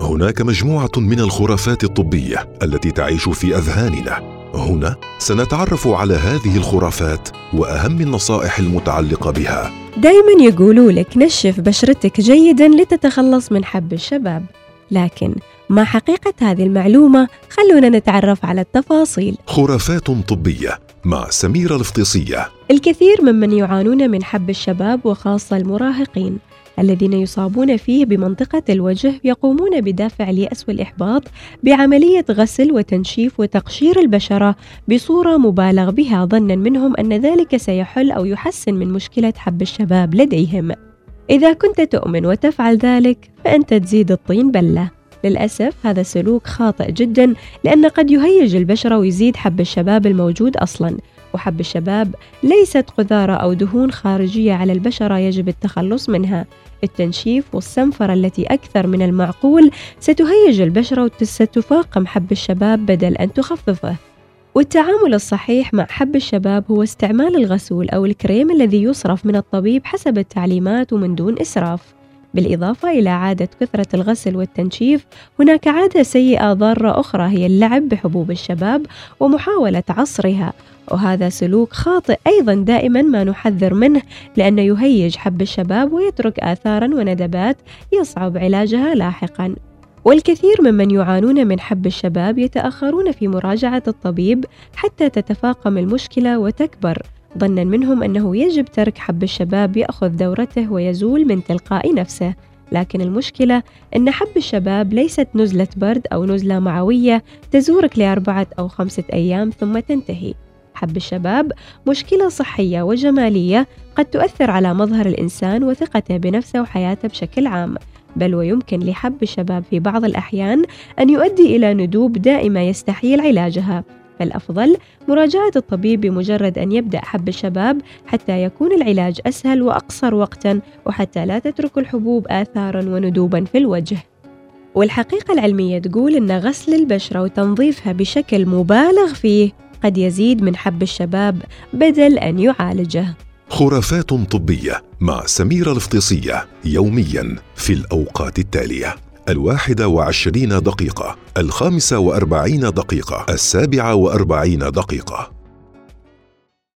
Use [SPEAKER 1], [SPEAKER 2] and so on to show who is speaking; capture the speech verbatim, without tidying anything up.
[SPEAKER 1] هناك مجموعة من الخرافات الطبية التي تعيش في أذهاننا. هنا سنتعرف على هذه الخرافات وأهم النصائح المتعلقة بها.
[SPEAKER 2] دايما يقولوا لك نشف بشرتك جيدا لتتخلص من حب الشباب، لكن ما حقيقة هذه المعلومة؟ خلونا نتعرف على التفاصيل.
[SPEAKER 1] خرافات طبية مع سميرة الفطيسية.
[SPEAKER 2] الكثير ممن يعانون من حب الشباب وخاصة المراهقين الذين يصابون فيه بمنطقة الوجه يقومون بدافع اليأس والإحباط بعملية غسل وتنشيف وتقشير البشرة بصورة مبالغ بها، ظنا منهم أن ذلك سيحل أو يحسن من مشكلة حب الشباب لديهم. إذا كنت تؤمن وتفعل ذلك فأنت تزيد الطين بلة. للأسف هذا سلوك خاطئ جدا، لأن قد يهيج البشرة ويزيد حب الشباب الموجود أصلا. وحب الشباب ليست قذارة أو دهون خارجية على البشرة يجب التخلص منها. التنشيف والصنفرة التي أكثر من المعقول ستهيج البشرة وستفاقم حب الشباب بدل أن تخففه. والتعامل الصحيح مع حب الشباب هو استعمال الغسول أو الكريم الذي يصرف من الطبيب حسب التعليمات ومن دون إسراف. بالإضافة إلى عادة كثرة الغسل والتنشيف، هناك عادة سيئة ضارة أخرى هي اللعب بحبوب الشباب ومحاولة عصرها، وهذا سلوك خاطئ أيضا دائما ما نحذر منه، لأنه يهيج حب الشباب ويترك آثارا وندبات يصعب علاجها لاحقا. والكثير ممن يعانون من حب الشباب يتأخرون في مراجعة الطبيب حتى تتفاقم المشكلة وتكبر، ظنا منهم أنه يجب ترك حب الشباب يأخذ دورته ويزول من تلقاء نفسه. لكن المشكلة أن حب الشباب ليست نزلة برد أو نزلة معوية تزورك لأربعة أو خمسة أيام ثم تنتهي. حب الشباب مشكلة صحية وجمالية قد تؤثر على مظهر الإنسان وثقته بنفسه وحياته بشكل عام، بل ويمكن لحب الشباب في بعض الأحيان أن يؤدي إلى ندوب دائمة يستحيل علاجها. فالأفضل مراجعة الطبيب بمجرد أن يبدأ حب الشباب حتى يكون العلاج أسهل وأقصر وقتا، وحتى لا تترك الحبوب آثارا وندوبا في الوجه. والحقيقة العلمية تقول أن غسل البشرة وتنظيفها بشكل مبالغ فيه قد يزيد من حب الشباب بدل أن يعالجه.
[SPEAKER 1] خرافات طبية مع سميرة الفطيسية يوميا في الأوقات التالية: الواحدة وعشرين دقيقة، الخامسة وأربعين دقيقة، السابعة وأربعين دقيقة.